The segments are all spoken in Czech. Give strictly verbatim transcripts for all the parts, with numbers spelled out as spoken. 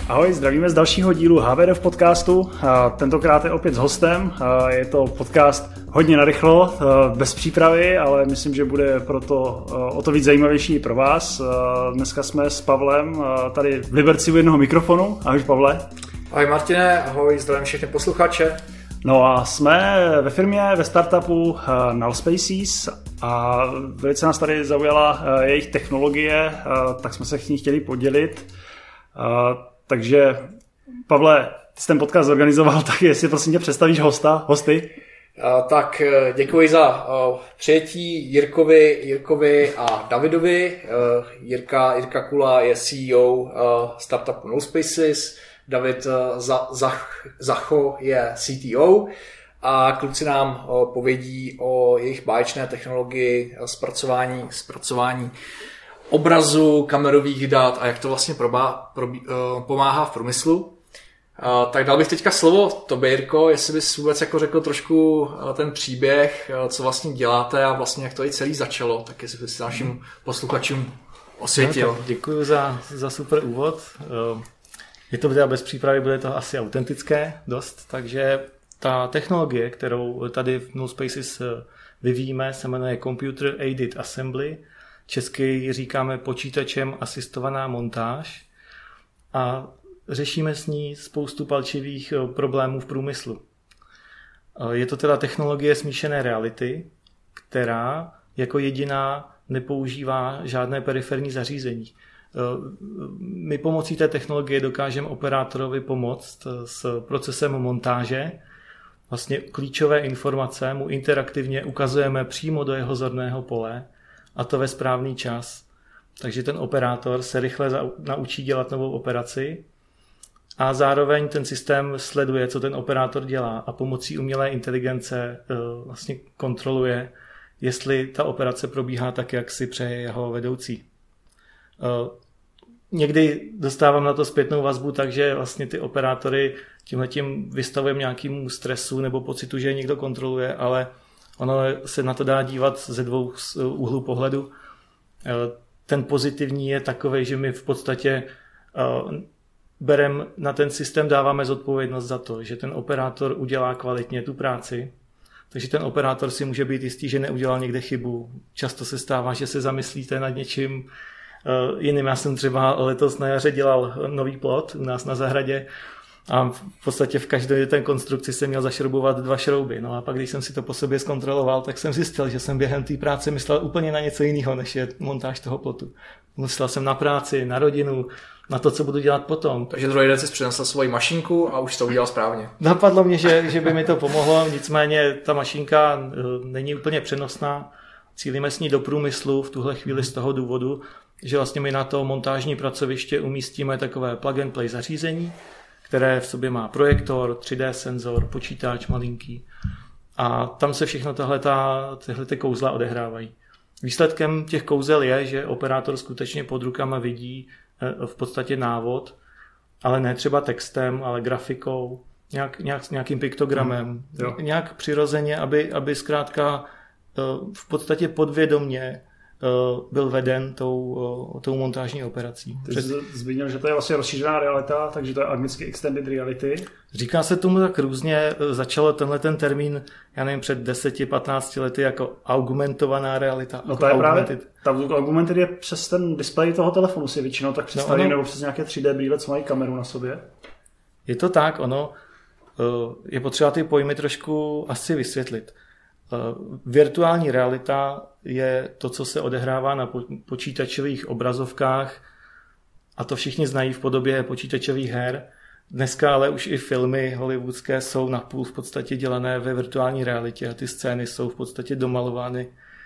Ahoj, zdravíme z dalšího dílu H V Dev podcastu. Tentokrát je opět s hostem. Je to podcast hodně narychlo, bez přípravy, ale myslím, že bude proto o to víc zajímavější pro vás. Dneska jsme s Pavlem tady v Liberci u jednoho mikrofonu. Ahoj, Pavle. Ahoj, Martine, ahoj, zdravím všechny posluchače. No a jsme ve firmě, ve startupu Null Spaces a velice nás tady zaujala jejich technologie, tak jsme se k ní chtěli podělit. Takže, Pavle, ty jsi ten podcast zorganizoval, tak jestli prosím tě představíš hosta, hosty. Tak děkuji za přijetí Jirkovi, Jirkovi a Davidovi. Jirka, Jirka Kula je C E O startupu Null Spaces. David Zacho je C T O a kluci nám povědí o jejich báječné technologii zpracování, zpracování obrazu, kamerových dat a jak to vlastně probá, probí, pomáhá v průmyslu. Tak dal bych teďka slovo tobě, Jirko, jestli bys vůbec jako řekl trošku ten příběh, co vlastně děláte a vlastně jak to i celý začalo, tak jestli bys našim posluchačům osvětil. No, děkuji za, za super úvod. Je to teda bez přípravy, bude to asi autentické dost, takže ta technologie, kterou tady v Null Spaces vyvíjíme, se jmenuje Computer Aided Assembly. Česky říkáme počítačem asistovaná montáž a řešíme s ní spoustu palčivých problémů v průmyslu. Je to teda technologie smíšené reality, která jako jediná nepoužívá žádné periferní zařízení. My pomocí té technologie dokážeme operátorovi pomoct s procesem montáže. Vlastně klíčové informace mu interaktivně ukazujeme přímo do jeho zorného pole a to ve správný čas. Takže ten operátor se rychle naučí dělat novou operaci a zároveň ten systém sleduje, co ten operátor dělá a pomocí umělé inteligence vlastně kontroluje, jestli ta operace probíhá tak, jak si přeje jeho vedoucí. Někdy dostávám na to zpětnou vazbu, takže vlastně ty operátory tímhletím vystavujeme nějakému stresu nebo pocitu, že je někdo kontroluje, ale ono se na to dá dívat ze dvou úhlů pohledu. Ten pozitivní je takový, že my v podstatě bereme na ten systém, dáváme zodpovědnost za to, že ten operátor udělá kvalitně tu práci, takže ten operátor si může být jistý, že neudělal někde chybu. Často se stává, že se zamyslíte nad něčím jiným. Já jsem třeba letos na jaře dělal nový plot u nás na zahradě a v podstatě v každé té konstrukci jsem měl zašroubovat dva šrouby. No a pak, když jsem si to po sobě zkontroloval, tak jsem zjistil, že jsem během té práce myslel úplně na něco jiného, než je montáž toho plotu. Myslel jsem na práci, na rodinu, na to, co budu dělat potom. Takže druhý den jsi přinesl svoji mašinku a už to udělal správně. Napadlo mě, že, že by mi to pomohlo, nicméně ta mašinka není úplně přenosná. Cílíme s ní do průmyslu v tuhle chvíli z toho důvodu, že vlastně my na to montážní pracoviště umístíme takové plug and play zařízení, které v sobě má projektor, tři dé senzor, počítač malinký a tam se všechno tyhle ty kouzla odehrávají. Výsledkem těch kouzel je, že operátor skutečně pod rukama vidí v podstatě návod, ale ne třeba textem, ale grafikou, nějak, nějak, nějakým piktogramem, hmm, nějak přirozeně, aby, aby zkrátka v podstatě podvědomně byl veden tou, tou montážní operací. Ty jsi zmínil, že to je vlastně rozšířená realita, takže to je anglicky extended reality. Říká se tomu tak různě, začalo tenhle ten termín, já nevím, před deseti patnácti lety jako augmentovaná realita. No to je augmented. Právě, ta augmented je přes ten displej toho telefonu si většinou tak představí, no nebo přes nějaké tři dé brýle, co mají kameru na sobě. Je to tak, ono je potřeba ty pojmy trošku asi vysvětlit. Virtuální realita je to, co se odehrává na počítačových obrazovkách a to všichni znají v podobě počítačových her. Dneska ale už i filmy hollywoodské jsou napůl v podstatě dělané ve virtuální realitě a ty scény jsou v podstatě domalovány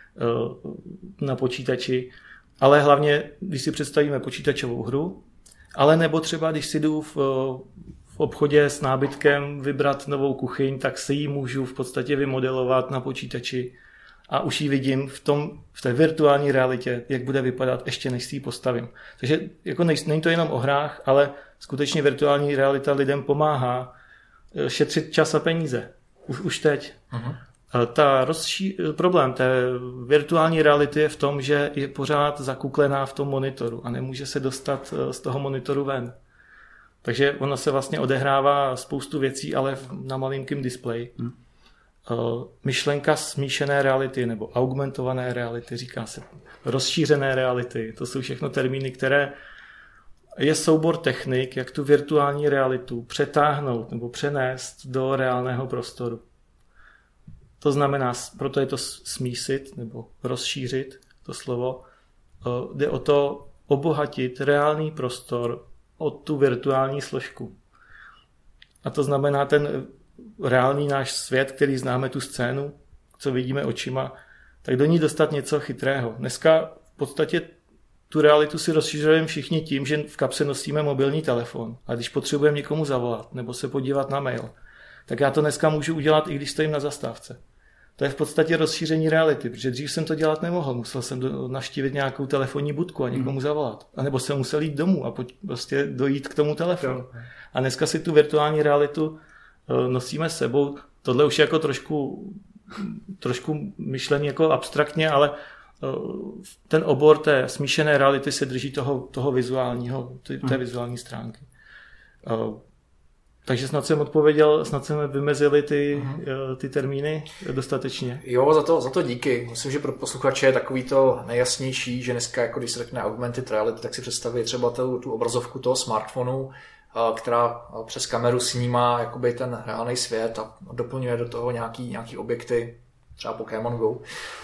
na počítači. Ale hlavně, když si představíme počítačovou hru, ale nebo třeba, když si jdu v v obchodě s nábytkem vybrat novou kuchyň, tak si ji můžu v podstatě vymodelovat na počítači a už ji vidím v, tom, v té virtuální realitě, jak bude vypadat ještě než si ji postavím. Takže jako nej, není to jenom o hrách, ale skutečně virtuální realita lidem pomáhá šetřit čas a peníze. Už, už teď. Uh-huh. Ta rozší... Problém té virtuální reality je v tom, že je pořád zakuklená v tom monitoru a nemůže se dostat z toho monitoru ven. Takže ono se vlastně odehrává spoustu věcí, ale na malinkém displeji. Hmm. Myšlenka smíšené reality nebo augmentované reality, říká se rozšířené reality. To jsou všechno termíny, které je soubor technik, jak tu virtuální realitu přetáhnout nebo přenést do reálného prostoru. To znamená, proto je to smísit nebo rozšířit, to slovo. Jde o to obohatit reálný prostor o tu virtuální složku. A to znamená ten reálný náš svět, který známe, tu scénu, co vidíme očima, tak do ní dostat něco chytrého. Dneska v podstatě tu realitu si rozšiřujeme všichni tím, že v kapse nosíme mobilní telefon. A když potřebujeme někomu zavolat nebo se podívat na mail, tak já to dneska můžu udělat, i když stojím na zastávce. To je v podstatě rozšíření reality, protože dřív jsem to dělat nemohl. Musel jsem do, navštívit nějakou telefonní budku a někomu zavolat. A nebo jsem musel jít domů a po, prostě dojít k tomu telefonu. A dneska si tu virtuální realitu nosíme s sebou. Tohle už je jako trošku, trošku myšlení jako abstraktně, ale ten obor té smíšené reality se drží toho, toho vizuálního, té vizuální stránky. Takže snad jsem odpověděl, snad jsme vymezili ty, uh-huh. ty termíny dostatečně. Jo, za to, za to díky. Myslím, že pro posluchače je takový to nejjasnější, že dneska, jako když se řekne augmented reality, tak si představí třeba tu, tu obrazovku toho smartphonu, která přes kameru snímá jakoby ten reálný svět a doplňuje do toho nějaký, nějaký objekty, třeba Pokémon Go. Uh,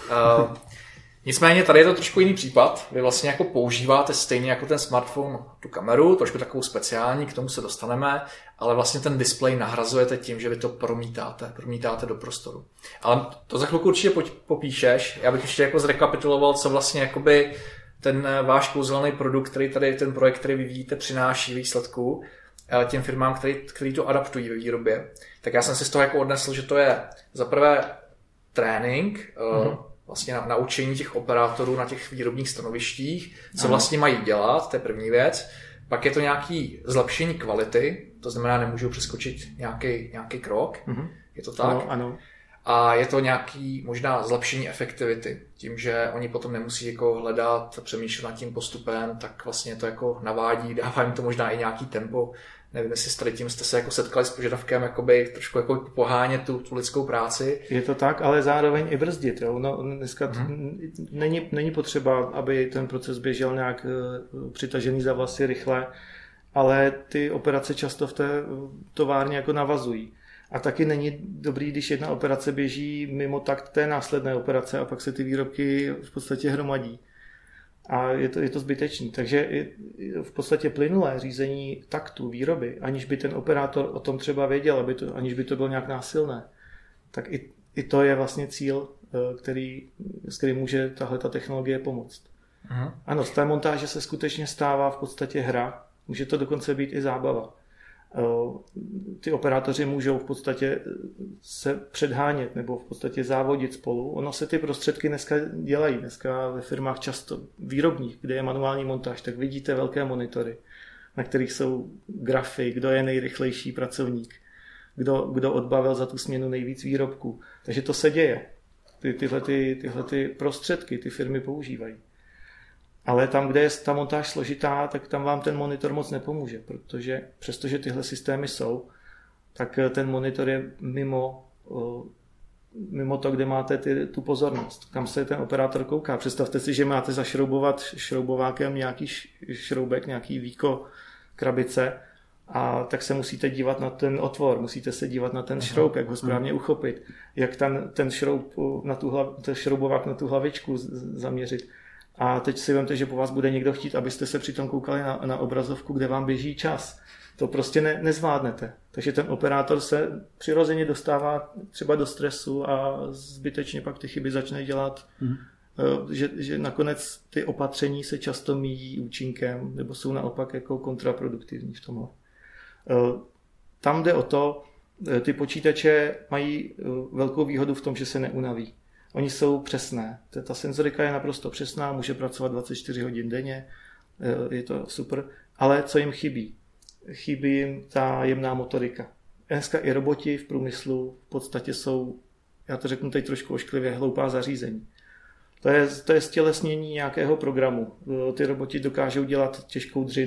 Nicméně tady je to trošku jiný případ. Vy vlastně jako používáte stejně jako ten smartphone tu kameru, trošku takovou speciální, k tomu se dostaneme, ale vlastně ten displej nahrazujete tím, že vy to promítáte, promítáte do prostoru. Ale to za chvilku určitě popíšeš. Já bych ještě jako zrekapituloval, co vlastně jakoby ten váš kouzelný produkt, který tady, ten projekt, který vyvíjíte, přináší výsledku těm firmám, který, který to adaptují ve výrobě. Tak já jsem si z toho jako odnesl, že to je za prvé trénink, mm-hmm. vlastně na, naučení těch operátorů na těch výrobních stanovištích, co vlastně mají dělat, to je první věc. Pak je to nějaký zlepšení kvality, to znamená, nemůžou přeskočit nějaký, nějaký krok, mm-hmm. je to tak? Ano, ano. A je to nějaký možná zlepšení efektivity, tím, že oni potom nemusí jako hledat, přemýšlet nad tím postupem, tak vlastně to jako navádí, dává jim to možná i nějaký tempo. Nevím, jestli s tady tím jste se jako setkali s požadavkem jakoby trošku jako pohánět tu, tu lidskou práci. Je to tak, ale zároveň i brzdit. Jo? No, dneska hmm. není, není potřeba, aby ten proces běžel nějak uh, přitažený za vlasy rychle, ale ty operace často v té továrně jako navazují. A taky není dobrý, když jedna operace běží mimo takt té následné operace a pak se ty výrobky v podstatě hromadí. A je to, je to zbytečný. Takže je v podstatě plynulé řízení taktu výroby, aniž by ten operátor o tom třeba věděl, aby to, aniž by to bylo nějak násilné, tak i, i to je vlastně cíl, který, s kterým může tahle ta technologie pomoct. Aha. Ano, z té montáže se skutečně stává v podstatě hra, může to dokonce být i zábava. Ty operátoři můžou v podstatě se předhánět nebo v podstatě závodit spolu. Ono se ty prostředky dneska dělají. Dneska ve firmách často výrobních, kde je manuální montáž, tak vidíte velké monitory, na kterých jsou grafy, kdo je nejrychlejší pracovník, kdo, kdo odbavil za tu směnu nejvíc výrobků. Takže to se děje. Ty, tyhle, ty, tyhle ty prostředky ty firmy používají. Ale tam, kde je ta montáž složitá, tak tam vám ten monitor moc nepomůže, protože přestože tyhle systémy jsou, tak ten monitor je mimo, mimo to, kde máte ty, tu pozornost, kam se ten operátor kouká. Představte si, že máte zašroubovat šroubovákem nějaký šroubek, nějaký víko krabice a tak se musíte dívat na ten otvor, musíte se dívat na ten aha, šroub, jak ho správně uchopit, jak ten, ten, šroub na tu hlav, ten šroubovák na tu hlavičku zaměřit. A teď si vemte, že po vás bude někdo chtít, abyste se přitom koukali na, na obrazovku, kde vám běží čas. To prostě ne, nezvládnete. Takže ten operátor se přirozeně dostává třeba do stresu a zbytečně pak ty chyby začne dělat. Mm. Že, že nakonec ty opatření se často míjí účinkem nebo jsou naopak jako kontraproduktivní v tomhle. Tam jde o to, ty počítače mají velkou výhodu v tom, že se neunaví. Oni jsou přesné. Ta senzorika je naprosto přesná, může pracovat dvacet čtyři hodin denně, je to super. Ale co jim chybí? Chybí jim ta jemná motorika. Dneska i roboti v průmyslu v podstatě jsou, já to řeknu teď trošku ošklivě, hloupá zařízení. To je, to je stělesnění nějakého programu. Ty roboti dokážou dělat těžkou dřinu,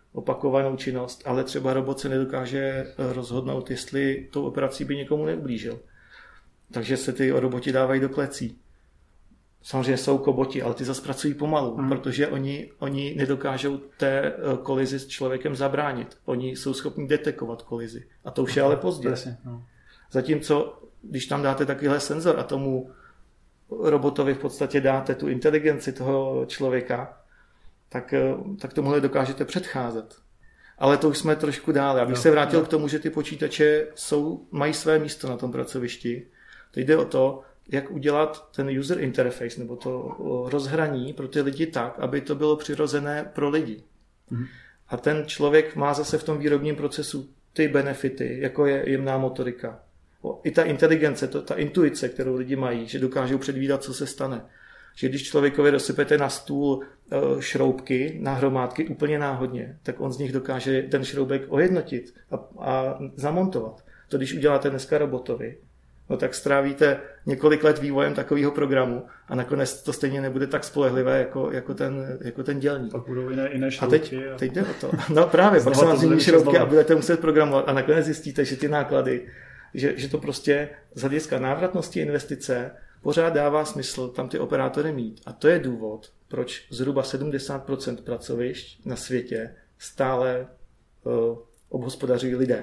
opakovanou činnost, ale třeba robot se nedokáže rozhodnout, jestli tou operací by někomu neublížil. Takže se ty roboti dávají do klecí. Samozřejmě jsou koboti, ale ty zase pracují pomalu, hmm. protože oni, oni nedokážou té kolizi s člověkem zabránit. Oni jsou schopni detekovat kolizi. A to už je ale pozdě. No. Zatímco, když tam dáte takovýhle senzor a tomu robotovi v podstatě dáte tu inteligenci toho člověka, tak, tak tomuhle dokážete předcházet. Ale to už jsme trošku dál. Abych no, se vrátil no. k tomu, že ty počítače jsou, mají své místo na tom pracovišti. Teď jde o to, jak udělat ten user interface nebo to rozhraní pro ty lidi tak, aby to bylo přirozené pro lidi. Mm. A ten člověk má zase v tom výrobním procesu ty benefity, jako je jemná motorika. I ta inteligence, to, ta intuice, kterou lidi mají, že dokážou předvídat, co se stane. Že když člověkovi dosypete na stůl šroubky, na hromádky úplně náhodně, tak on z nich dokáže ten šroubek ojednotit a, a zamontovat. To když uděláte dneska robotovi, no tak strávíte několik let vývojem takového programu a nakonec to stejně nebude tak spolehlivé jako, jako, ten, jako ten dělník. Pak budou jiné, jiné šroubky. A teď, a... teď jde o to. No právě, pak se vám změní šroubky a budete muset programovat a nakonec zjistíte, že ty náklady, že, že to prostě z hlediska návratnosti investice pořád dává smysl tam ty operátory mít. A to je důvod, proč zhruba sedmdesát procent pracovišť na světě stále uh, obhospodařují lidé.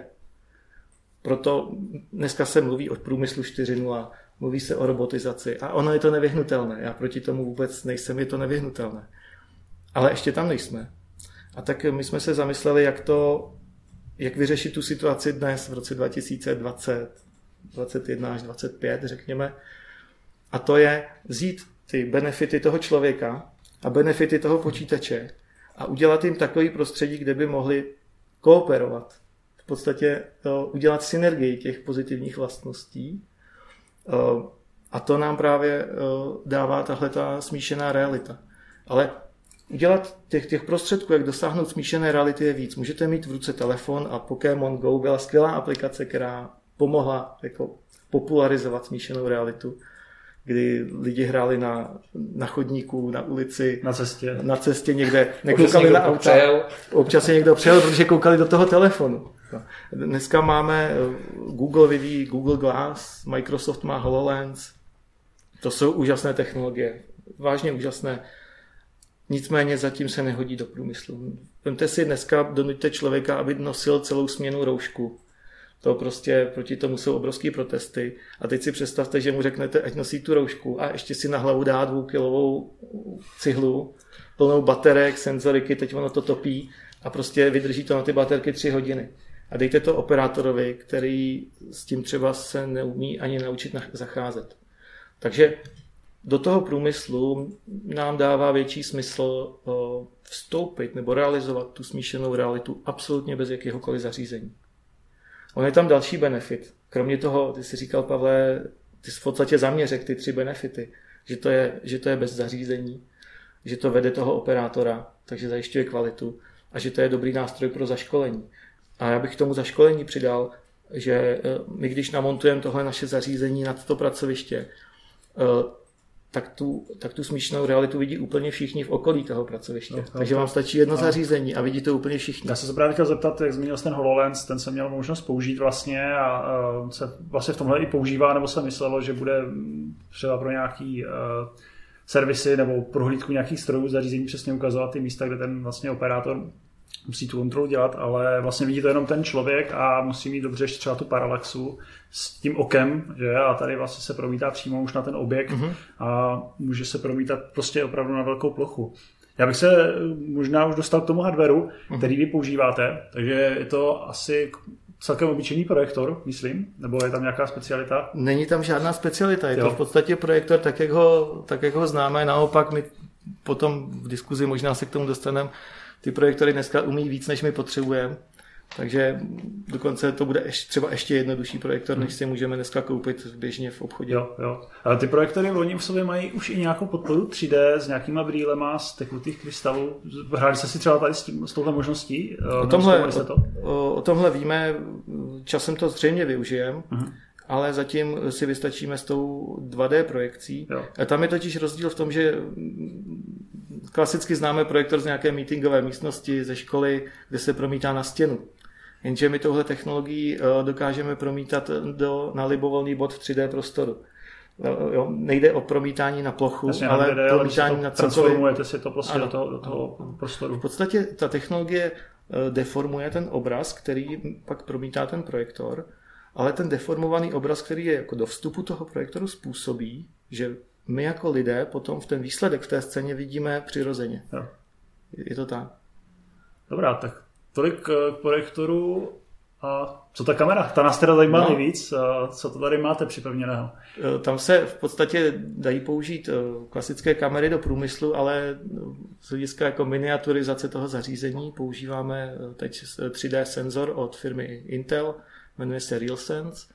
Proto dneska se mluví o průmyslu čtyři tečka nula, mluví se o robotizaci a ono je to nevyhnutelné. Já proti tomu vůbec nejsem, je to nevyhnutelné. Ale ještě tam nejsme. A tak my jsme se zamysleli, jak to, jak vyřešit tu situaci dnes v roce dva tisíce dvacet, dvacet jedna až dvacet pět, řekněme. A to je vzít ty benefity toho člověka a benefity toho počítače a udělat jim takový prostředí, kde by mohli kooperovat. V podstatě udělat synergii těch pozitivních vlastností. A to nám právě dává tahle ta smíšená realita. Ale udělat těch, těch prostředků, jak dosáhnout smíšené reality je víc. Můžete mít v ruce telefon a Pokémon Go byla skvělá aplikace, která pomohla jako popularizovat smíšenou realitu, kdy lidi hráli na, na chodníku, na ulici, na cestě, na cestě někde, nekoukali na auta. Občas se někdo přejel, protože koukali do toho telefonu. Dneska máme Google vyvíjí Google Glass, Microsoft má HoloLens. To jsou úžasné technologie, vážně úžasné. Nicméně zatím se nehodí do průmyslu. Vemte si dneska, donuďte člověka, aby nosil celou směnu roušku. To prostě proti tomu jsou obrovský protesty. A teď si představte, že mu řeknete, ať nosí tu roušku a ještě si na hlavu dá dvoukilovou cihlu, plnou baterek, senzoriky, teď ono to topí a prostě vydrží to na ty baterky tři hodiny. A dejte to operátorovi, který s tím třeba se neumí ani naučit zacházet. Takže do toho průmyslu nám dává větší smysl vstoupit nebo realizovat tu smíšenou realitu absolutně bez jakéhokoliv zařízení. On je tam další benefit. Kromě toho, ty jsi říkal, Pavle, ty jsi v podstatě za mě řekl ty tři benefity, že to je, že to je bez zařízení, že to vede toho operátora, takže zajišťuje kvalitu a že to je dobrý nástroj pro zaškolení. A já bych k tomu zaškolení přidal, že my když namontujeme tohle naše zařízení nad to pracoviště, tak tu, tak tu smíšenou realitu vidí úplně všichni v okolí toho pracoviště. No, no, takže vám stačí jedno no. zařízení a vidí to úplně všichni. Já jsem se právě chtěl zeptat, jak zmínil jsi ten HoloLens, ten jsem měl možnost použít vlastně a uh, se vlastně v tomhle i používá, nebo se myslelo, že bude třeba pro nějaký uh, servisy nebo prohlídku nějakých strojů zařízení přesně ukazovat ty místa, kde ten vlastně operátor musí tu kontrolu dělat, ale vlastně vidí to jenom ten člověk a musí mít dobře ještě třeba tu parallaxu s tím okem, že a tady vlastně se promítá přímo už na ten objekt mm-hmm. a může se promítat prostě opravdu na velkou plochu. Já bych se možná už dostal k tomu hardwareu, mm-hmm. který vy používáte, takže je to asi celkem obyčejný projektor, myslím, nebo je tam nějaká specialita? Není tam žádná specialita, je jo. to v podstatě projektor tak, jak ho, tak, jak ho známe, naopak my potom v diskuzi možná se k tomu dostaneme. Ty projektory dneska umí víc, než my potřebujeme, takže dokonce to bude ještě, třeba ještě jednodušší projektor, než si můžeme dneska koupit běžně v obchodě. Jo, jo. Ale ty projektory oni v sobě mají už i nějakou podporu tři dé s nějakýma brýlema z tekutých krystalů. Hráli jste si třeba tady s, tím, s touhle možností? O tomhle, to? O, o tomhle víme, časem to zřejmě využijeme. Uh-huh. Ale zatím si vystačíme s tou dva dé projekcí. Jo. A tam je totiž rozdíl v tom, že klasicky známe projektor z nějaké meetingové místnosti, ze školy, kde se promítá na stěnu. Jenže my touhle technologií dokážeme promítat do, na libovolný bod v tři dé prostoru. Jo, nejde o promítání na plochu, Jasně, ale nejde, promítání to na transformujete si to prostě do toho, do toho prostoru. V podstatě ta technologie deformuje ten obraz, který pak promítá ten projektor, ale ten deformovaný obraz, který je jako do vstupu toho projektoru, způsobí, že my jako lidé potom v ten výsledek v té scéně vidíme přirozeně. Jo. Je to tak. Dobrá, tak tolik k projektoru. A co ta kamera? Ta nás teda zajímá no. nejvíc. Co to tady máte připevněného? Tam se v podstatě dají použít klasické kamery do průmyslu, ale z hlediska jako miniaturizace toho zařízení používáme teď tři dé senzor od firmy Intel, jmenuje se RealSense.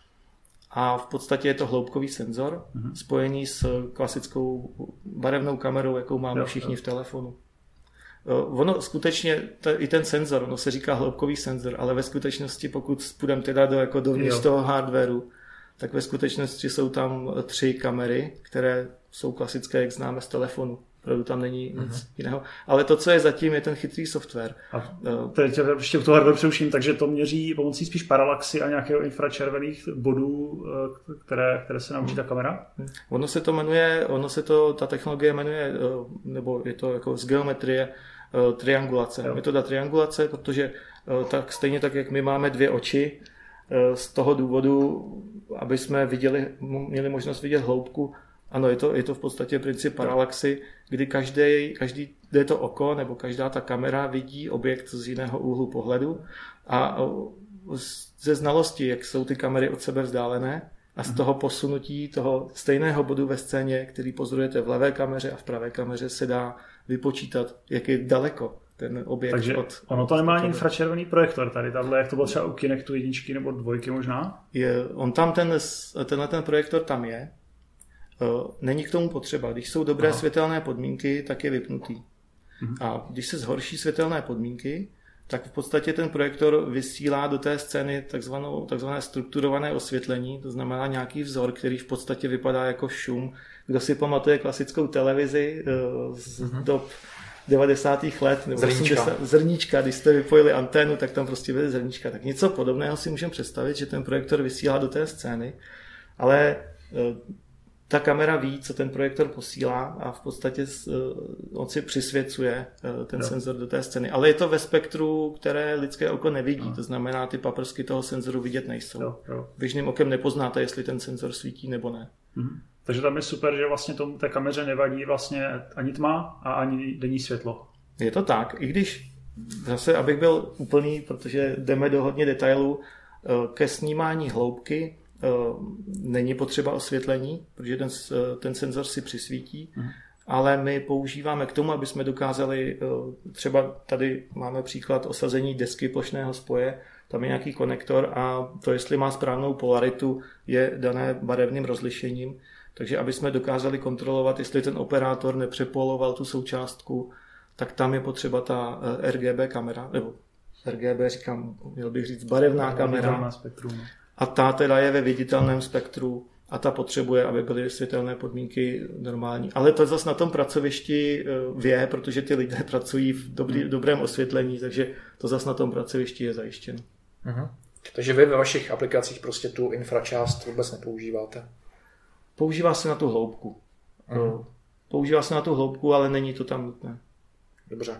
A v podstatě je to hloubkový senzor, uh-huh. spojený s klasickou barevnou kamerou, jakou máme jo, všichni jo. v telefonu. Ono skutečně, t- i ten senzor, ono se říká hloubkový senzor, ale ve skutečnosti, pokud půjdeme teda do, jako dovnitř toho hardwareu, tak ve skutečnosti jsou tam tři kamery, které jsou klasické, jak známe z telefonu. Opravdu tam není nic uh-huh. jiného. Ale to, co je zatím, je ten chytrý software. A teď ještě u toho hardware přeuším, takže to měří pomocí spíš paralaxy a nějakého infračervených bodů, které, které se naučí ta kamera? Ono se to jmenuje, ono se to, ta technologie jmenuje, nebo je to jako z geometrie triangulace. Jo. Metoda triangulace, protože tak stejně tak, jak my máme dvě oči, z toho důvodu, aby jsme viděli, měli možnost vidět hloubku. Ano, je to, je to v podstatě princip paralaxy, kdy každý, každý je to oko nebo každá ta kamera vidí objekt z jiného úhlu pohledu a ze znalosti, jak jsou ty kamery od sebe vzdálené a z toho posunutí toho stejného bodu ve scéně, který pozorujete v levé kameře a v pravé kameře, se dá vypočítat, jak je daleko ten objekt. Takže od... ono to nemá ani infračervený projektor tady, tahle, jak to bylo třeba u Kinectu jedničky nebo dvojky možná? Je, on tam ten, tenhle ten projektor tam je. Není k tomu potřeba. Když jsou dobré Aha. světelné podmínky, tak je vypnutý. Mhm. A když se zhorší světelné podmínky, tak v podstatě ten projektor vysílá do té scény takzvanou, takzvané strukturované osvětlení, to znamená nějaký vzor, který v podstatě vypadá jako šum. Kdo si pamatuje klasickou televizi z mhm. dob devadesátých let, nebo zrníčka. osmdesátých zrníčka, když jste vypojili anténu, tak tam prostě byly zrníčka. Tak něco podobného si můžeme představit, že ten projektor vysílá do té scény, ale ta kamera ví, co ten projektor posílá a v podstatě on si přisvěcuje ten jo. senzor do té scény. Ale je to ve spektru, které lidské oko nevidí. No. To znamená, ty paprsky toho senzoru vidět nejsou. Jo, jo. Běžným okem nepoznáte, jestli ten senzor svítí nebo ne. Mhm. Takže tam je super, že vlastně tomu té kameře nevadí vlastně ani tma a ani denní světlo. Je to tak. I když zase, abych byl úplný, protože jdeme do hodně detailů, ke snímání hloubky není potřeba osvětlení, protože ten, ten senzor si přisvítí, mm. ale my používáme k tomu, aby jsme dokázali, třeba tady máme příklad osazení desky plošného spoje, tam je nějaký konektor a to, jestli má správnou polaritu, je dané barevným rozlišením, takže aby jsme dokázali kontrolovat, jestli ten operátor nepřepoloval tu součástku, tak tam je potřeba ta R G B kamera, nebo R G B říkám, měl bych říct barevná kamera. A ta teda je ve viditelném spektru a ta potřebuje, aby byly světelné podmínky normální. Ale to zase na tom pracovišti vě, protože ty lidé pracují v dobrý, dobrém osvětlení, takže to zase na tom pracovišti je zajištěno. Uh-huh. Takže vy ve vašich aplikacích prostě tu infračást vůbec nepoužíváte? Používá se na tu hloubku. Uh-huh. Používá se na tu hloubku, ale není to tam nutné. Dobře.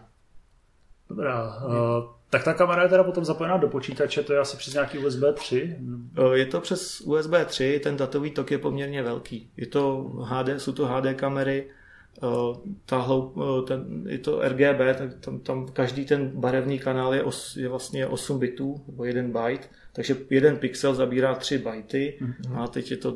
Dobrá. Uh, tak ta kamera je teda potom zapojená do počítače, to je asi přes nějaký U S B tři? Je to přes U S B tři, ten datový tok je poměrně velký. Je to H D, jsou to H D kamery, ta hloub, ten, je to R G B, tak tam, tam každý ten barevný kanál je, os, je vlastně osm bitů, nebo jeden byte, takže jeden pixel zabírá tři bajty mm-hmm. a teď je to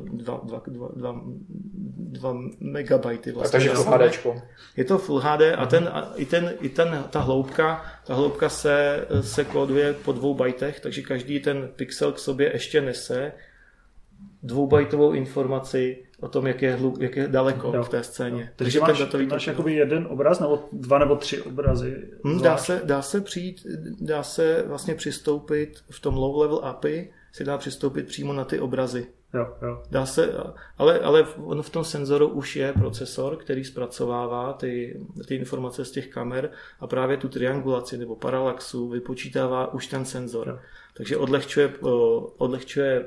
dva megabajty. Vlastně. Takže Full HDčko. Je to Full H D a, ten, a i, ten, i ten, ta hloubka, ta hloubka se, se kóduje po dvou bajtech, takže každý ten pixel k sobě ještě nese dvoubajtovou informaci o tom, jak je, hlub, jak je daleko jo, v té scéně. Jo. Takže, Takže máš, máš to... jakoby jeden obraz nebo dva nebo tři obrazy? Hmm, dá, se, dá se přijít, dá se vlastně přistoupit v tom low level A P I, se dá přistoupit přímo na ty obrazy. Jo, jo. Dá se, ale, ale on v tom senzoru už je procesor, který zpracovává ty, ty informace z těch kamer a právě tu triangulaci nebo paralaxu vypočítává už ten senzor. Jo. Takže odlehčuje, odlehčuje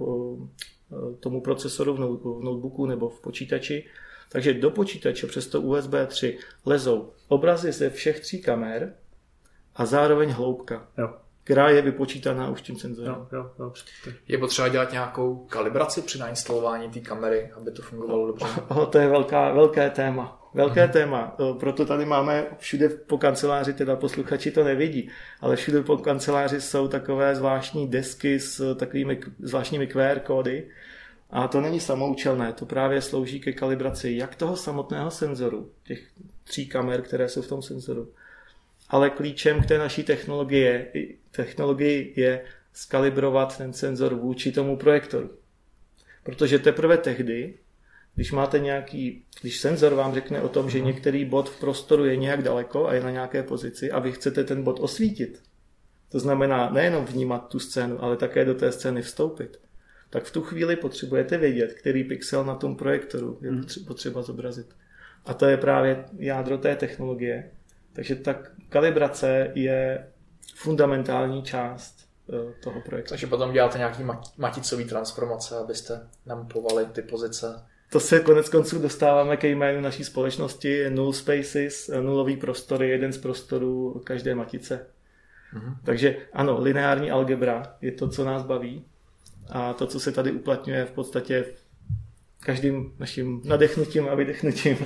tomu procesoru v notebooku nebo v počítači. Takže do počítače přes to U S B tři lezou obrazy ze všech tří kamer a zároveň hloubka. Jo. Která je vypočítaná už tím senzorem. Jo, jo, jo, je potřeba dělat nějakou kalibraci při nainstalování té kamery, aby to fungovalo dobře? O, to je velká, velké téma. Velké Aha. téma. Proto tady máme všude po kanceláři, teda posluchači to nevidí, ale všude po kanceláři jsou takové zvláštní desky s takovými zvláštními Q R kódy. A to není samoučelné, to právě slouží ke kalibraci jak toho samotného senzoru, těch tří kamer, které jsou v tom senzoru, ale klíčem k té naší technologie, technologii je skalibrovat ten senzor vůči tomu projektoru. Protože teprve tehdy, když máte nějaký, když senzor vám řekne o tom, že některý bod v prostoru je nějak daleko a je na nějaké pozici a vy chcete ten bod osvítit, to znamená nejenom vnímat tu scénu, ale také do té scény vstoupit, tak v tu chvíli potřebujete vědět, který pixel na tom projektoru je potřeba zobrazit. A to je právě jádro té technologie. Takže ta kalibrace je fundamentální část toho projektu. Takže potom děláte nějaký maticový transformace, abyste namupovali ty pozice. To se konec konců dostáváme ke jménu naší společnosti null spaces, nulový prostor je jeden z prostorů každé matice. Mhm. Takže ano, lineární algebra je to, co nás baví a to, co se tady uplatňuje v podstatě každým naším nadechnutím a vydechnutím.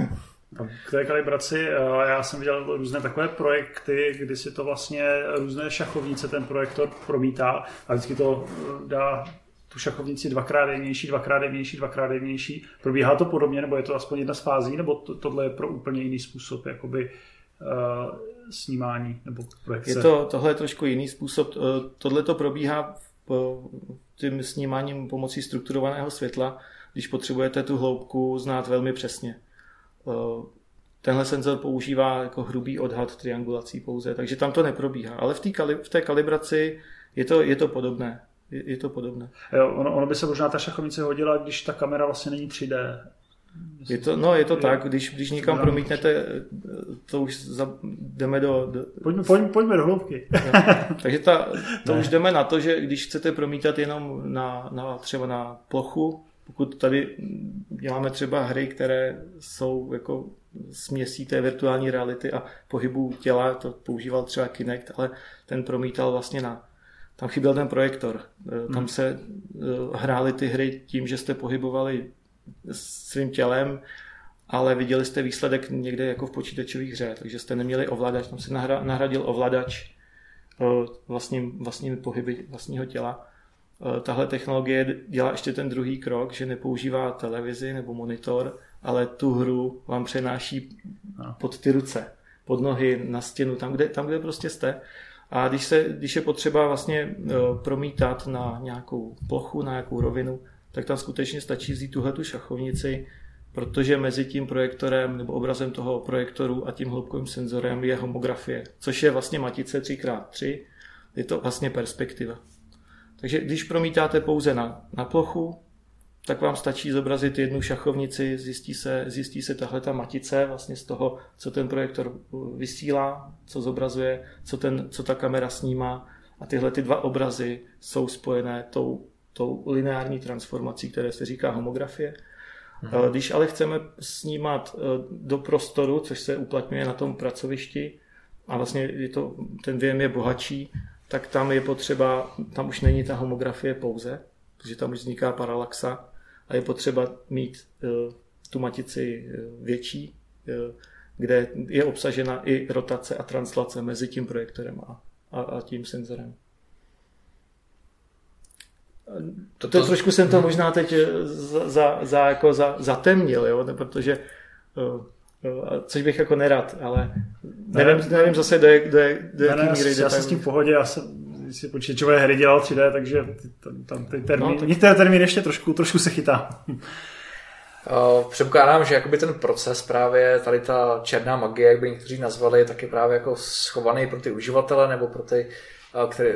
K té kalibraci já jsem viděl různé takové projekty, kdy si to vlastně různé šachovnice ten projektor promítá a vždycky to dá tu šachovnici dvakrát jemnější, dvakrát jemnější, dvakrát jemnější. Probíhá to podobně, nebo je to aspoň jedna z fází, nebo to, tohle je pro úplně jiný způsob jakoby uh, snímání nebo projekce? Je to, tohle je trošku jiný způsob. Tohle to probíhá tím snímáním pomocí strukturovaného světla, když potřebujete tu hloubku znát velmi přesně. Tenhle senzor používá jako hrubý odhad triangulací pouze, takže tam to neprobíhá. Ale v té, kali, v té kalibraci je to, je to podobné. Je, je to podobné. Jo, ono, ono by se možná ta šachovnice hodila, když ta kamera vlastně není tři dé. Je to, no je to je, tak, když, když někam promítnete, to už za, jdeme do... do... Pojďme, pojďme, pojďme do hloubky. Takže ta, to ne. už jdeme na to, že když chcete promítat jenom na, na, třeba na plochu, pokud tady děláme třeba hry, které jsou jako směsí té virtuální reality a pohybu těla, to používal třeba Kinect, ale ten promítal vlastně na... Tam chyběl ten projektor. Tam hmm. se hrály ty hry tím, že jste pohybovali svým tělem, ale viděli jste výsledek někde jako v počítačové hře, takže jste neměli ovladač. Tam se nahradil ovladač vlastním, vlastními pohyby vlastního těla. Tahle technologie dělá ještě ten druhý krok, že nepoužívá televizi nebo monitor, ale tu hru vám přenáší pod ty ruce, pod nohy, na stěnu, tam, kde, tam, kde prostě jste. A když, se, když je potřeba vlastně promítat na nějakou plochu, na nějakou rovinu, tak tam skutečně stačí vzít tuhletu šachovnici, protože mezi tím projektorem nebo obrazem toho projektoru a tím hloubkovým senzorem je homografie, což je vlastně matice tři krát tři, je to vlastně perspektiva. Takže když promítáte pouze na, na plochu, tak vám stačí zobrazit jednu šachovnici, zjistí se, zjistí se tahleta matice vlastně z toho, co ten projektor vysílá, co zobrazuje, co, ten, co ta kamera snímá a tyhle ty dva obrazy jsou spojené tou, tou lineární transformací, které se říká homografie. Mhm. Když ale chceme snímat do prostoru, což se uplatňuje na tom pracovišti a vlastně je to, ten věm je bohatší, tak tam je potřeba, tam už není ta homografie pouze, protože tam už vzniká paralaxa a je potřeba mít uh, tu matici uh, větší, uh, kde je obsažena i rotace a translace mezi tím projektorem a, a, a tím senzorem. To, to, trošku jsem to možná teď za, za, za, jako za, zatemnil, jo? Protože uh, což bych jako nerad, ale nevím, ne, nevím zase do, jak, do, jak, do jaký míry jde. Já jsem s tím v pohodě, já jsem si počítačové hry dělal tři dé, takže tam ty termíny, no, tak... některé termíny ještě trošku, trošku se chytá. Předpokládám, že jakoby ten proces právě, tady ta černá magie, jak by někteří nazvali, tak je právě jako schovaný pro ty uživatele nebo pro ty, které,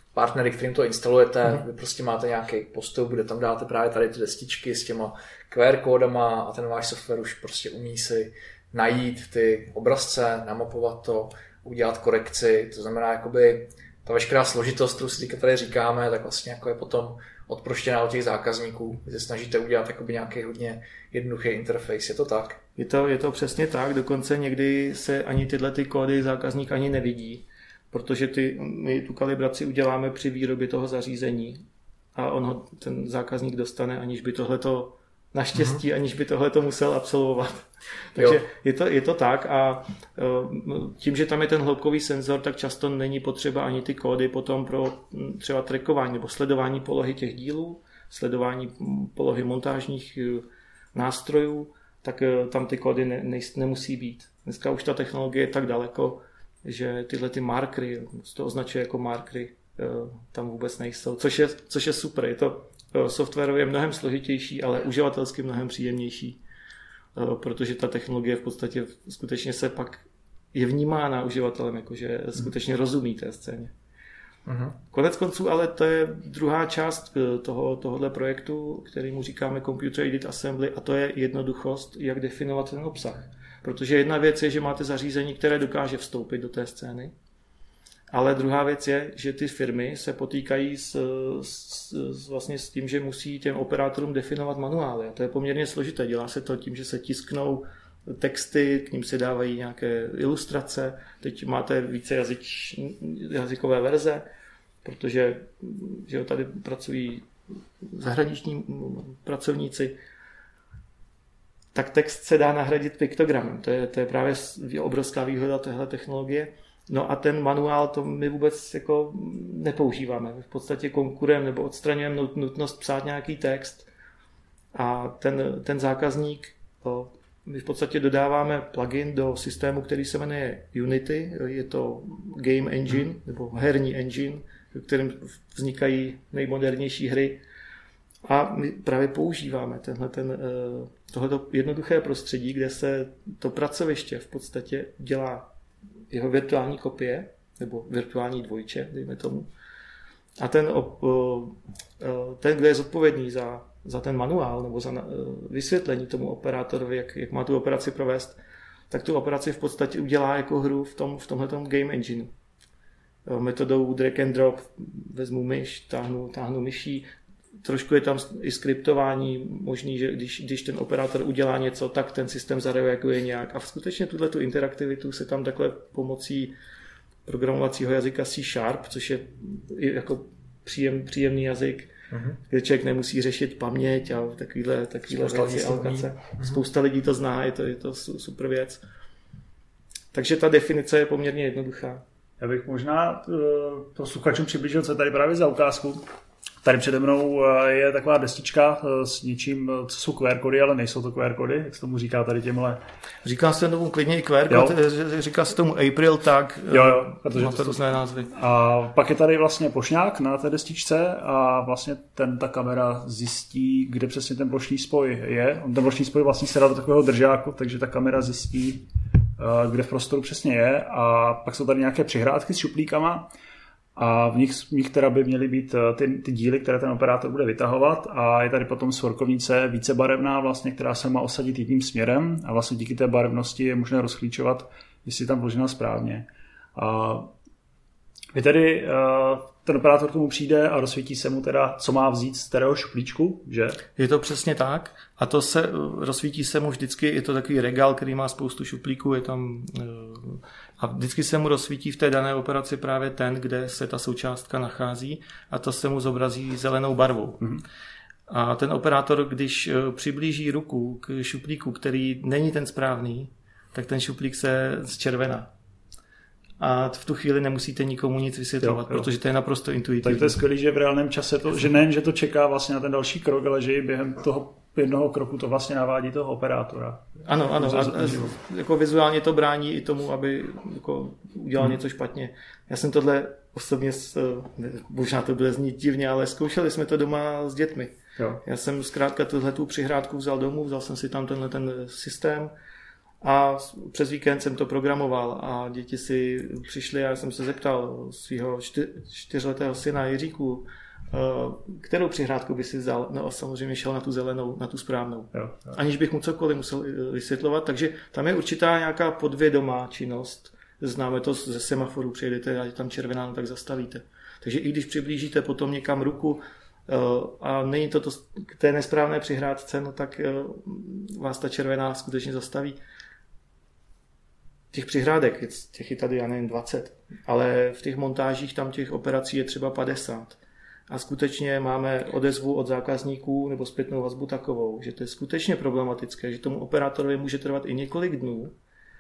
partnery, kterým to instalujete, mm. vy prostě máte nějaký postup, kde tam dáte právě tady ty destičky s těma Q R kódama a ten váš software už prostě umí si najít ty obrazce, namapovat to, udělat korekci, to znamená jakoby ta veškerá složitost, kterou si tady říkáme, tak vlastně jako je potom odproštěná od těch zákazníků. Vy se snažíte udělat jakoby nějaký hodně jednoduchý interface, je to tak? Je to, je to přesně tak, dokonce někdy se ani tyhle ty kódy zákazník ani nevidí, protože ty, my tu kalibraci uděláme při výrobě toho zařízení a on ho ten zákazník dostane, aniž by tohleto naštěstí, mm-hmm. aniž by tohleto musel absolvovat. Takže je to, je to tak a tím, že tam je ten hloubkový senzor, tak často není potřeba ani ty kódy potom pro třeba trackování nebo sledování polohy těch dílů, sledování polohy montážních nástrojů, tak tam ty kódy ne, ne, nemusí být. Dneska už ta technologie je tak daleko, že tyhle ty markery, to označuje jako markery, tam vůbec nejsou, což je, což je super. Je to softwarově mnohem složitější, ale uživatelsky mnohem příjemnější, protože ta technologie v podstatě skutečně se pak je vnímána uživatelem, jakože skutečně rozumí té scéně. Uh-huh. Konec konců, ale to je druhá část toho, tohohle projektu, který mu říkáme Computer Aided Assembly, a to je jednoduchost, jak definovat ten obsah. Protože jedna věc je, že máte zařízení, které dokáže vstoupit do té scény, ale druhá věc je, že ty firmy se potýkají s, s, s, vlastně s tím, že musí těm operátorům definovat manuály. A to je poměrně složité. Dělá se to tím, že se tisknou texty, k ním se dávají nějaké ilustrace. Teď máte více jazyč, jazykové verze, protože že tady pracují zahraniční pracovníci. Tak text se dá nahradit piktogramem. To je, to je právě obrovská výhoda téhle technologie. No a ten manuál to my vůbec jako nepoužíváme. V podstatě konkurujeme nebo odstraňujeme nutnost psát nějaký text a ten, ten zákazník, to, my v podstatě dodáváme plugin do systému, který se jmenuje Unity. Je to game engine nebo herní engine, v kterém vznikají nejmodernější hry. A my právě používáme tenhle, ten, tohleto jednoduché prostředí, kde se to pracoviště v podstatě dělá jeho virtuální kopie, nebo virtuální dvojče, dejme tomu. A ten, ten kdo je zodpovědný za, za ten manuál, nebo za vysvětlení tomu operátorovi, jak, jak má tu operaci provést, tak tu operaci v podstatě udělá jako hru v, tom, v tomhletom game engineu. Metodou drag and drop vezmu myš, táhnu, táhnu myší, trošku je tam i skriptování možný, že když, když ten operátor udělá něco, tak ten systém zareaguje nějak. A skutečně tuto interaktivitu se tam takhle pomocí programovacího jazyka C Sharp, což je jako příjem, příjemný jazyk, uh-huh. kde člověk nemusí řešit paměť a takovýhle, takovýhle věci, alokace. Uh-huh. Spousta lidí to zná, je to, je to super věc. Takže ta definice je poměrně jednoduchá. Já bych možná posluchačům přiblížil, co tady právě za ukázku. Tady přede mnou je taková destička s něčím, co jsou Q R kody, ale nejsou to Q R kody, jak se tomu říká tady těmhle. Říká se tomu klidně i Q R kod, říká se tomu April tag, jo, jo, protože má to různé názvy. A pak je tady vlastně plošňák na té destičce a vlastně ten, ta kamera zjistí, kde přesně ten plošný spoj je. On ten plošný spoj vlastně se dá do takového držáku, takže ta kamera zjistí, kde v prostoru přesně je, a pak jsou tady nějaké přihrádky s šuplíkama, a v nich, v nich teda by měly být ty, ty díly, které ten operátor bude vytahovat, a je tady potom svorkovnice vícebarevná, vlastně, která se má osadit jedním směrem, a vlastně díky té barevnosti je možné rozklíčovat, jestli je tam vložena správně. A vy tedy, ten operátor k tomu přijde a rozsvítí se mu teda, co má vzít z kterého šuplíčku, že? Je to přesně tak, a to se rozsvítí se mu vždycky, je to takový regál, který má spoustu šuplíků, je tam a vždycky se mu rozsvítí v té dané operaci právě ten, kde se ta součástka nachází, a to se mu zobrazí zelenou barvou. Mm-hmm. A ten operátor, když přiblíží ruku k šuplíku, který není ten správný, tak ten šuplík se zčervená. A v tu chvíli nemusíte nikomu nic vysvětlovat, jo, jo. protože to je naprosto intuitivní. Tak to je skvělé, že v reálném čase to, že nejen, že to čeká vlastně na ten další krok, ale že i během toho jednoho kroku to vlastně navádí toho operátora. Ano, ano. A, a, jako vizuálně to brání i tomu, aby jako udělal hmm. něco špatně. Já jsem tohle osobně, možná to bude znít divně, ale zkoušeli jsme to doma s dětmi. Jo. Já jsem zkrátka tuhletu přihrádku vzal domů, vzal jsem si tam tenhle ten systém A přes víkend jsem to programoval a děti si přišly a já jsem se zeptal svého čty, čtyřletého syna Jiříku, kterou přihrádku by si vzal. No a samozřejmě šel na tu zelenou, na tu správnou. Jo, jo. Aniž bych mu cokoliv musel vysvětlovat, takže tam je určitá nějaká podvědomá činnost. Známe to ze semaforu, přijedete a je tam červená, no tak zastavíte. Takže i když přiblížíte potom někam ruku a není to, to k té nesprávné přihrádce, no tak vás ta červená skutečně zastaví. Těch přihrádek, těch je tady, já nevím, dvacet, ale v těch montážích tam těch operací je třeba padesát. A skutečně máme odezvu od zákazníků nebo zpětnou vazbu takovou, že to je skutečně problematické, že tomu operátorovi může trvat i několik dnů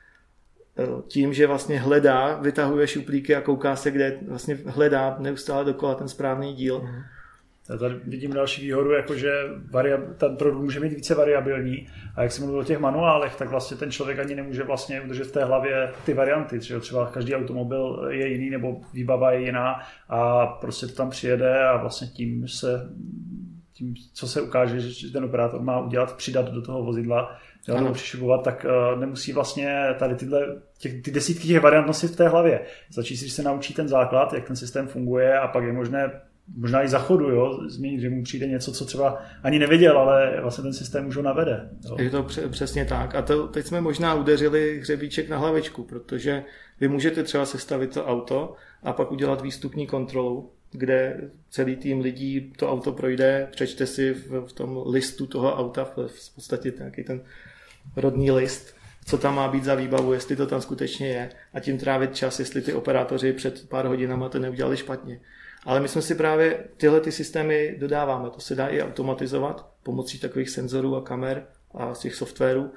tím, že vlastně hledá, vytahuje šuplíky a kouká se, kde vlastně hledá neustále dokola ten správný díl. Mm. Já tady vidím další výhodu, jakože variab- ten produkt může být více variabilní a jak jsem mluvil o těch manuálech, tak vlastně ten člověk ani nemůže vlastně udržet v té hlavě ty varianty, že třeba každý automobil je jiný nebo výbava je jiná a prostě to tam přijede a vlastně tím se tím, co se ukáže, že ten operátor má udělat, přidat do toho vozidla, nebo přišibovat, tak uh, nemusí vlastně tady tyhle, těch, ty desítky těch variant nosit v té hlavě. Stačí si, že se naučí ten základ, jak ten systém funguje a pak je možné možná i za chodu, jo, změnit, že mu přijde něco, co třeba ani nevěděl, ale vlastně ten systém už ho navede. Jo. Je to přesně tak. A to, teď jsme možná udeřili hřebíček na hlavičku, protože vy můžete třeba sestavit to auto a pak udělat výstupní kontrolu, kde celý tým lidí to auto projde, přečte si v, v tom listu toho auta, v, v podstatě nějaký ten rodný list, co tam má být za výbavu, jestli to tam skutečně je a tím trávit čas, jestli ty operátoři před pár hodinama to neudělali špatně. Ale my jsme si právě tyhle ty systémy dodáváme. To se dá i automatizovat pomocí takových senzorů a kamer a z těch softwarů.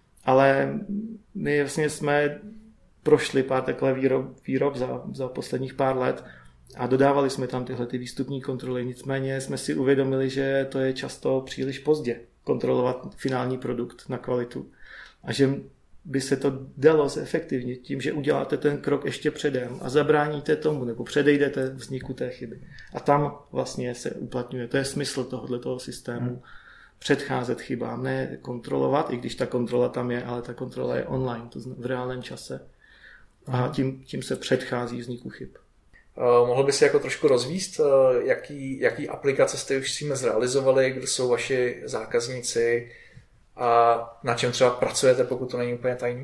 Ale my vlastně jsme prošli pár takhle výrob, výrob za, za posledních pár let a dodávali jsme tam tyhle ty výstupní kontroly. Nicméně jsme si uvědomili, že to je často příliš pozdě kontrolovat finální produkt na kvalitu. A že by se to dalo zefektivnit tím, že uděláte ten krok ještě předem a zabráníte tomu nebo předejdete vzniku té chyby. A tam vlastně se uplatňuje. To je smysl tohoto systému. Hmm. Předcházet chybám, ne kontrolovat, i když ta kontrola tam je, ale ta kontrola je online, to v reálném čase. A tím, tím se předchází vzniku chyb. Uh, mohl by si jako trošku rozvíst, uh, jaký, jaký aplikace jste už s tím zrealizovali, kdo jsou vaši zákazníci a na čem třeba pracujete, pokud to není úplně tajný?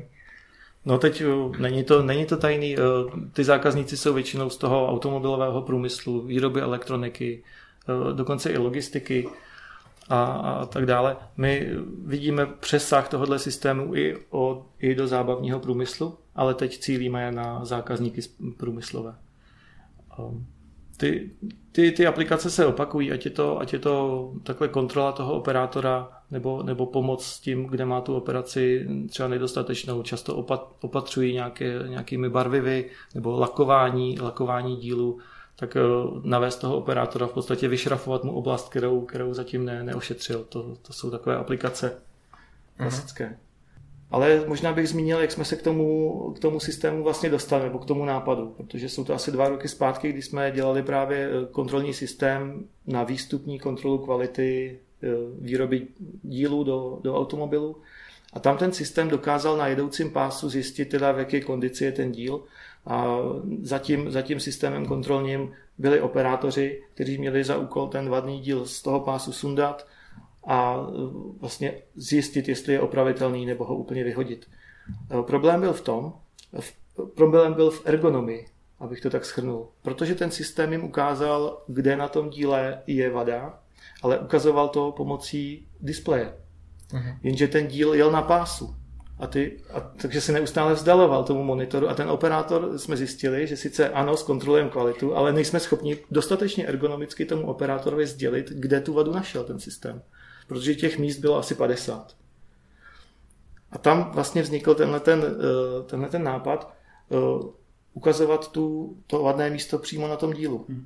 No teď není to, není to tajný. Ty zákazníci jsou většinou z toho automobilového průmyslu, výroby elektroniky, dokonce i logistiky a, a tak dále. My vidíme přesah tohoto systému i, o, i do zábavního průmyslu, ale teď cílíme na zákazníky průmyslové. Ty, ty, ty aplikace se opakují, ať je to, ať je to takhle kontrola toho operátora nebo, nebo pomoc s tím, kde má tu operaci třeba nedostatečnou. Často opat, opatřují nějaké, nějakými barvivy nebo lakování, lakování dílu, tak navést toho operátora, v podstatě vyšrafovat mu oblast, kterou, kterou zatím ne, neošetřil. To, to jsou takové aplikace klasické. Uh-huh. Ale možná bych zmínil, jak jsme se k tomu, k tomu systému vlastně dostali, nebo k tomu nápadu, protože jsou to asi dva roky zpátky, kdy jsme dělali právě kontrolní systém na výstupní kontrolu kvality výroby dílů do, do automobilu. A tam ten systém dokázal na jedoucím pásu zjistit, teda v jaké kondici je ten díl. A za tím, za tím systémem kontrolním byli operátoři, kteří měli za úkol ten vadný díl z toho pásu sundat a vlastně zjistit, jestli je opravitelný nebo ho úplně vyhodit. Problém byl v tom, problém byl v ergonomii, abych to tak shrnul, protože ten systém jim ukázal, kde na tom díle je vada, ale ukazoval to pomocí displeje. Uh-huh. Jenže ten díl jel na pásu. A ty, a, takže se neustále vzdaloval tomu monitoru a ten operátor jsme zjistili, že sice ano, zkontrolujeme kvalitu, ale nejsme schopni dostatečně ergonomicky tomu operátorovi sdělit, kde tu vadu našel ten systém. Protože těch míst bylo asi padesát. A tam vlastně vznikl tenhle ten, tenhle ten nápad ukazovat tu, to vadné místo přímo na tom dílu. Hmm.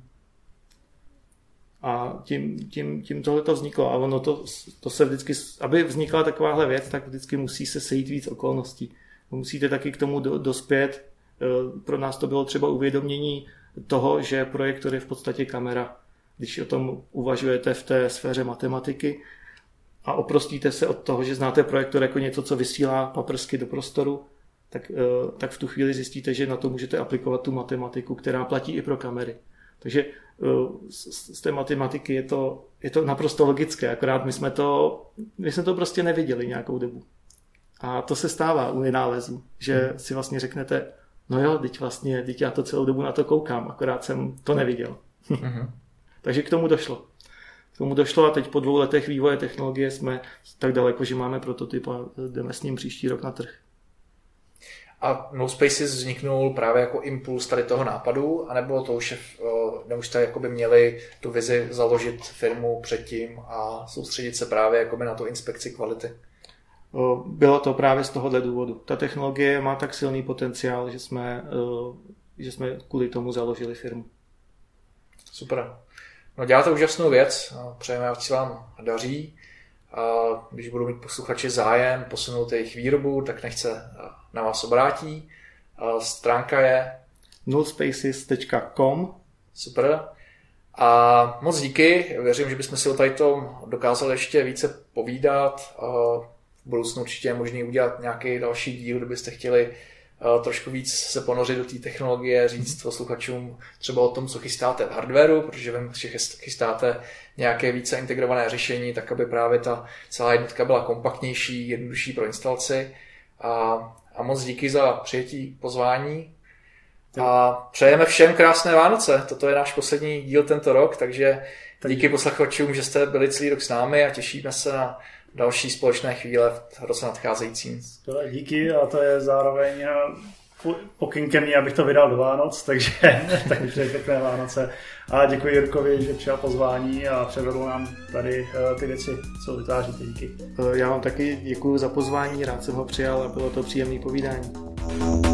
A tím, tím, tím tohle to vzniklo. A ono to, to se vždycky, aby vznikla takováhle věc, tak vždycky musí se sejít víc okolností. Musíte taky k tomu do, dospět. Pro nás to bylo třeba uvědomění toho, že projektor je v podstatě kamera. Když o tom uvažujete v té sféře matematiky, a oprostíte se od toho, že znáte projektor jako něco, co vysílá paprsky do prostoru, tak, tak v tu chvíli zjistíte, že na to můžete aplikovat tu matematiku, která platí i pro kamery. Takže z té matematiky je to, je to naprosto logické, akorát my jsme to, my jsme to prostě neviděli nějakou dobu. A to se stává u vynálezů, že hmm. si vlastně řeknete, no jo, teď vlastně, teď já to celou dobu na to koukám, akorát jsem to neviděl. Hmm. Takže k tomu došlo. K tomu došlo a teď po dvou letech vývoje technologie jsme tak daleko, že máme prototyp a jdeme s ním příští rok na trh. A NoSpaces vzniknul právě jako impuls tady toho nápadu, anebo to už, je, ne, už jste jakoby měli tu vizi založit firmu předtím a soustředit se právě jakoby na tu inspekci kvality? Bylo to právě z tohohle důvodu. Ta technologie má tak silný potenciál, že jsme, že jsme kvůli tomu založili firmu. Super. No děláte úžasnou věc, přejeme, ať se vám daří. A když budou mít posluchači zájem posunout jejich výrobu, tak nechť se na vás obrátí. A stránka je nullspaces tečka com. Super. A moc díky. Věřím, že bychom si o tady tom dokázali ještě více povídat. A v budoucnu určitě je možné udělat nějaký další díl, kdybyste chtěli trošku víc se ponořit do té technologie, říct posluchačům třeba o tom, co chystáte v hardwareu, protože vím, že chystáte nějaké více integrované řešení, tak aby právě ta celá jednotka byla kompaktnější, jednodušší pro instalaci. A, a moc díky za přijetí pozvání. A přejeme všem krásné Vánoce. Toto je náš poslední díl tento rok, takže díky posluchačům, že jste byli celý rok s námi a těšíme se na další společné chvíle v roce nadcházejícím. Díky a to je zároveň pokynkem mě, abych to vydal do Vánoc, takže taky přeji pěkné Vánoce. A děkuji Jirkovi, že přijal pozvání a předvedl nám tady ty věci, co vytváříte. Díky. Já vám taky děkuji za pozvání, rád jsem ho přijal a bylo to příjemné povídání.